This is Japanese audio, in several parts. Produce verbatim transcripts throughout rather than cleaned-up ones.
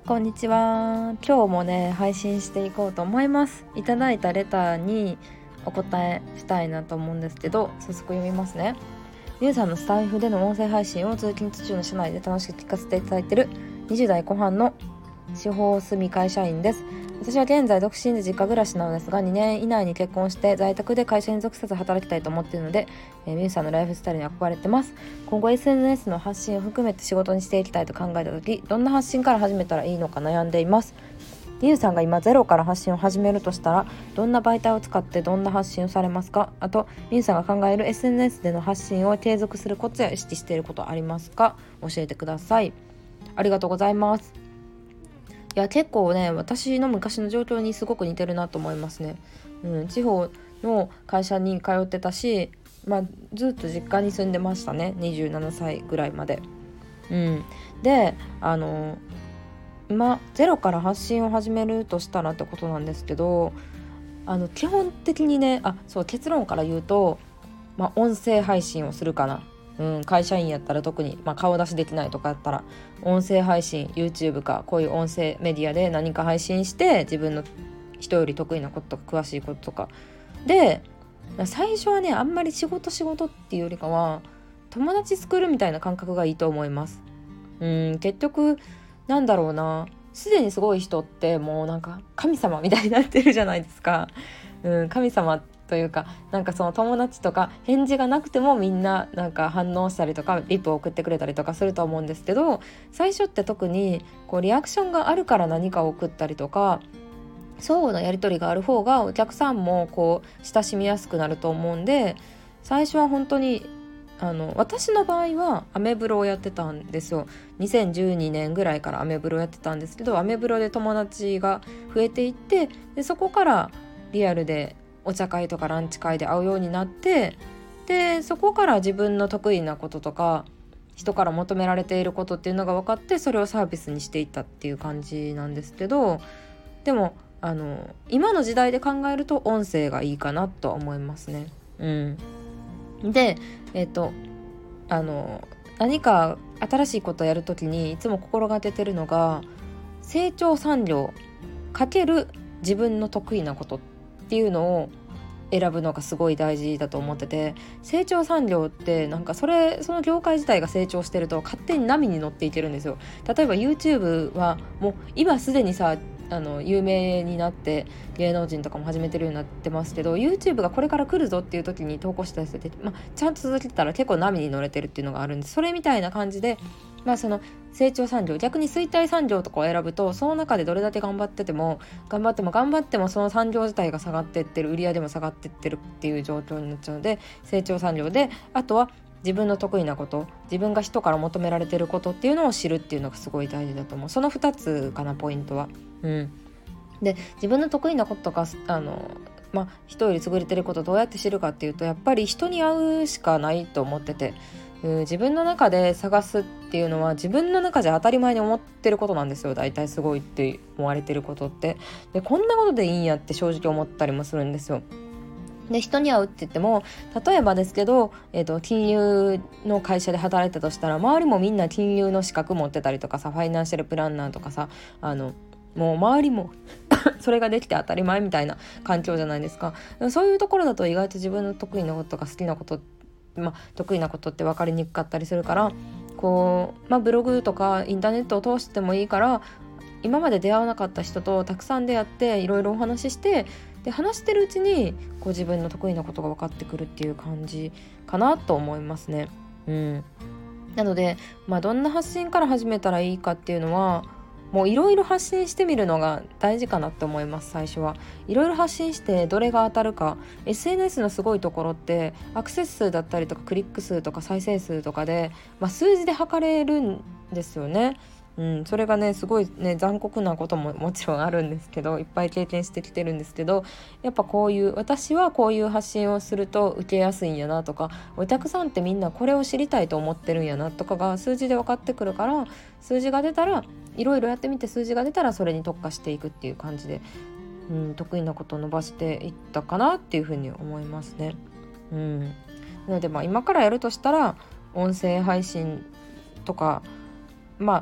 こんにちは。今日もね配信していこうと思います。いただいたレターにお答えしたいなと思うんですけど、早速読みますね。みゆさんのスタイフでの音声配信を通勤途中の車内で楽しく聞かせていただいているにじゅう代後半の司法住会社員です。私は現在独身で実家暮らしなのですが、にねん以内に結婚して在宅で会社に属さず働きたいと思っているので、えー、みゆさんのライフスタイルに憧れてます。今後 エスエヌエス の発信を含めて仕事にしていきたいと考えた時、どんな発信から始めたらいいのか悩んでいます。みゆさんが今ゼロから発信を始めるとしたら、どんな媒体を使ってどんな発信をされますか？あと、みゆさんが考える エスエヌエス での発信を継続するコツや意識していることありますか？教えてください。ありがとうございます。いや結構ね、私の昔の状況にすごく似てるなと思いますね。うん、地方の会社に通ってたし、まあ、ずっと実家に住んでましたね、にじゅうななさいぐらいまで。うん、であの今ゼロから発信を始めるとしたらってことなんですけど、あの基本的にね、あそう結論から言うと、まあ、音声配信をするかな。うん、会社員やったら特に、まあ、顔出しできないとかやったら音声配信 YouTube かこういう音声メディアで何か配信して、自分の人より得意なこととか詳しいこととかで、最初はねあんまり仕事仕事っていうよりかは友達作るみたいな感覚がいいと思います。うん、結局なんだろうな、すでにすごい人ってもうなんか神様みたいになってるじゃないですか。うん、神様というか、なんかその友達とか返事がなくてもみんななんか反応したりとかリプを送ってくれたりとかすると思うんですけど、最初って特にこうリアクションがあるから何かを送ったりとか、相互のやり取りがある方がお客さんもこう親しみやすくなると思うんで、最初は本当にあの私の場合はアメブロをやってたんですよ。にせんじゅうにねんぐらいからアメブロやってたんですけど、アメブロで友達が増えていって、でそこからリアルでお茶会とかランチ会で会うようになって、でそこから自分の得意なこととか人から求められていることっていうのが分かって、それをサービスにしていったっていう感じなんですけど、でもあの今の時代で考えると音声がいいかなと思いますね。うんでえっ、とあの何か新しいことをやるときにいつも心がけてるのが、成長産業かける自分の得意なことっていうのを選ぶのがすごい大事だと思ってて、成長産業ってなんかそれその業界自体が成長してると勝手に波に乗っていけるんですよ。例えば YouTube はもう今すでにさ、あの有名になって芸能人とかも始めてるようになってますけど、 YouTube がこれから来るぞっていう時に投稿したりしてて、まあ、ちゃんと続けてたら結構波に乗れてるっていうのがあるんです。それみたいな感じで、まあ、その成長産業、逆に衰退産業とかを選ぶと、その中でどれだけ頑張ってても頑張っても頑張ってもその産業自体が下がってってる、売り上げも下がってってるっていう状況になっちゃうので、成長産業で、あとは自分の得意なこと、自分が人から求められてることっていうのを知るっていうのがすごい大事だと思う。そのふたつかな、ポイントは。うんで自分の得意なこととか、あのまあ、人より優れてることをどうやって知るかっていうと、やっぱり人に会うしかないと思ってて、うん、自分の中で探すっていうのは自分の中じゃ当たり前に思ってることなんですよ。大体すごいって思われてることって、でこんなことでいいんやって正直思ったりもするんですよ。で人に会うって言っても、例えばですけど、えーと、金融の会社で働いたとしたら、周りもみんな金融の資格持ってたりとかさ、ファイナンシャルプランナーとかさ、あのもう周りもそれができて当たり前みたいな環境じゃないですか。そういうところだと意外と自分の得意なこととか好きなこと、まあ、得意なことって分かりにくかったりするから、こう、まあ、ブログとかインターネットを通してもいいから、今まで出会わなかった人とたくさん出会っていろいろお話しして、で話してるうちにこう自分の得意なことが分かってくるっていう感じかなと思いますね。うん、なので、まあ、どんな発信から始めたらいいかっていうのは、もういろいろ発信してみるのが大事かなって思います。最初はいろいろ発信してどれが当たるか。 エスエヌエス のすごいところってアクセス数だったりとかクリック数とか再生数とかで、まあ、数字で測れるんですよね。うん、それがねすごいね残酷なことももちろんあるんですけど、いっぱい経験してきてるんですけど、やっぱこういう私はこういう発信をすると受けやすいんやなとか、お客さんってみんなこれを知りたいと思ってるんやなとかが数字で分かってくるから、数字が出たらいろいろやってみて、数字が出たらそれに特化していくっていう感じで、うん、得意なことを伸ばしていったかなっていうふうに思いますね。うん、なのでまあ今からやるとしたら音声配信とか、まあ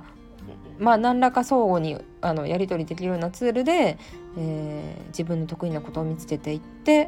まあ何らか相互にあのやり取りできるようなツールで、えー、自分の得意なことを見つけていって、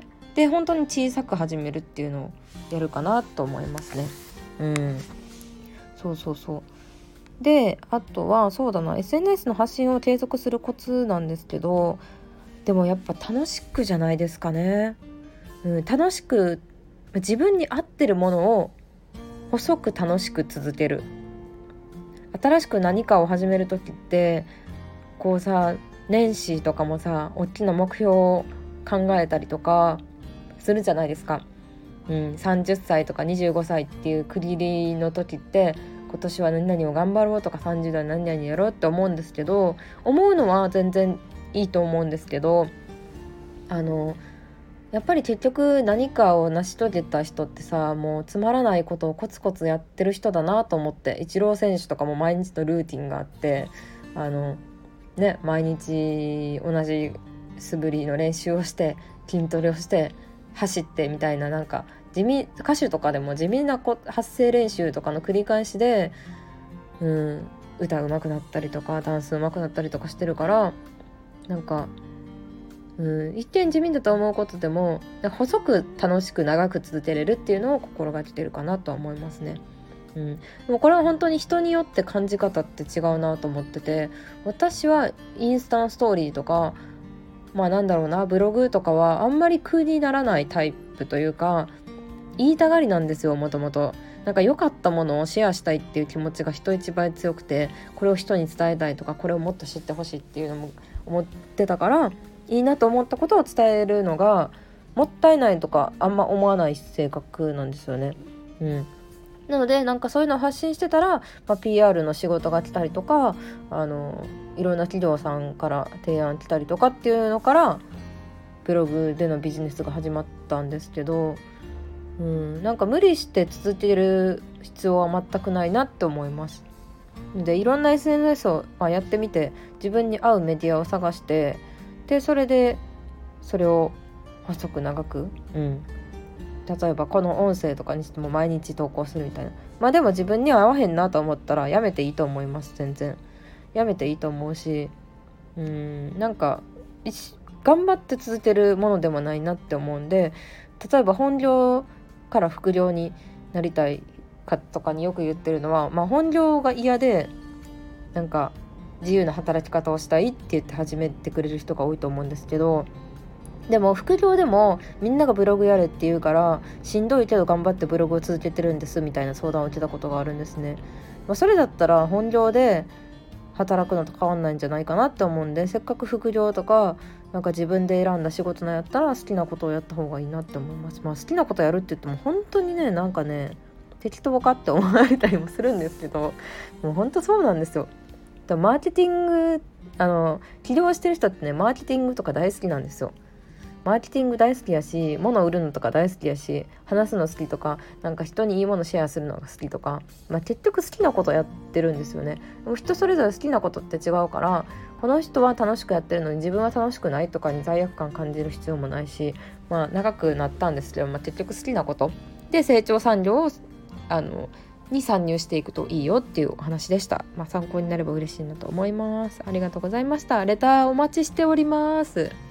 で本当に小さく始めるっていうのをやるかなと思いますね。うんそうそうそうで、あとはそうだな エスエヌエス の発信を継続するコツなんですけど、でもやっぱ楽しくじゃないですかね。うん、楽しく自分に合ってるものを細く楽しく続ける。新しく何かを始める時ってこうさ、年始とかもさ大きな目標を考えたりとかするじゃないですか。うん、さんじゅっさいとかにじゅうごさいっていう区切りの時って今年は何々を頑張ろうとかさんじゅう代何々やろうって思うんですけど、思うのは全然いいと思うんですけど、あのやっぱり結局何かを成し遂げた人ってさ、もうつまらないことをコツコツやってる人だなと思って、イチロー選手とかも毎日のルーティンがあって、あのね毎日同じ素振りの練習をして筋トレをして走ってみたいな、なんか地味歌手とかでも地味なこ発声練習とかの繰り返しで、うん、歌うまくなったりとかダンスうまくなったりとかしてるから、なんか、うん、一見地味だと思うことでも細く楽しく長く続けれるっていうのを心がけてるかなとは思いますね。うん、でもこれは本当に人によって感じ方って違うなと思ってて、私はインスタのストーリーとかまあなんだろうなブログとかはあんまり苦にならないタイプというか、言いたがりなんですよ。もともとなんか良かったものをシェアしたいっていう気持ちが人一倍強くて、これを人に伝えたいとかこれをもっと知ってほしいっていうのも思ってたから、いいなと思ったことを伝えるのがもったいないとかあんま思わない性格なんですよね。うんなのでなんかそういうのを発信してたら、まあ、ピーアール の仕事が来たりとか、あのいろんな企業さんから提案来たりとかっていうのからブログでのビジネスが始まったんですけど、うん、なんか無理して続ける必要は全くないなって思います。でいろんな エスエヌエス を、まあ、やってみて自分に合うメディアを探して、でそれでそれを細く長く、うん、例えばこの音声とかにしても毎日投稿するみたいな。まあでも自分には合わへんなと思ったらやめていいと思います。全然やめていいと思うし、うーんなんか頑張って続けるものでもないなって思うんで、例えば本業から副業になりたいかとかによく言ってるのは、まあ本業が嫌でなんか自由な働き方をしたいって言って始めてくれる人が多いと思うんですけど、でも副業でもみんながブログやれって言うからしんどいけど頑張ってブログを続けてるんですみたいな相談を受けたことがあるんですね。まあ、それだったら本業で働くのと変わんないんじゃないかなって思うんで、せっかく副業とかなんか自分で選んだ仕事なんやったら好きなことをやった方がいいなって思います。まあ好きなことやるって言っても本当にねなんかね適当かって思われたりもするんですけど、もう本当そうなんですよ。だマーケティングあの起業してる人ってねマーケティングとか大好きなんですよ。マーケティング大好きやし、物を売るのとか大好きやし、話すの好きとか、なんか人にいいものシェアするのが好きとか、まあ、結局好きなことやってるんですよね。でも人それぞれ好きなことって違うから、この人は楽しくやってるのに自分は楽しくないとかに罪悪感感じる必要もないし、まあ長くなったんですけど、まあ、結局好きなことで成長産業をあのに参入していくといいよっていうお話でした。まあ、参考になれば嬉しいなと思います。ありがとうございました。レターお待ちしております。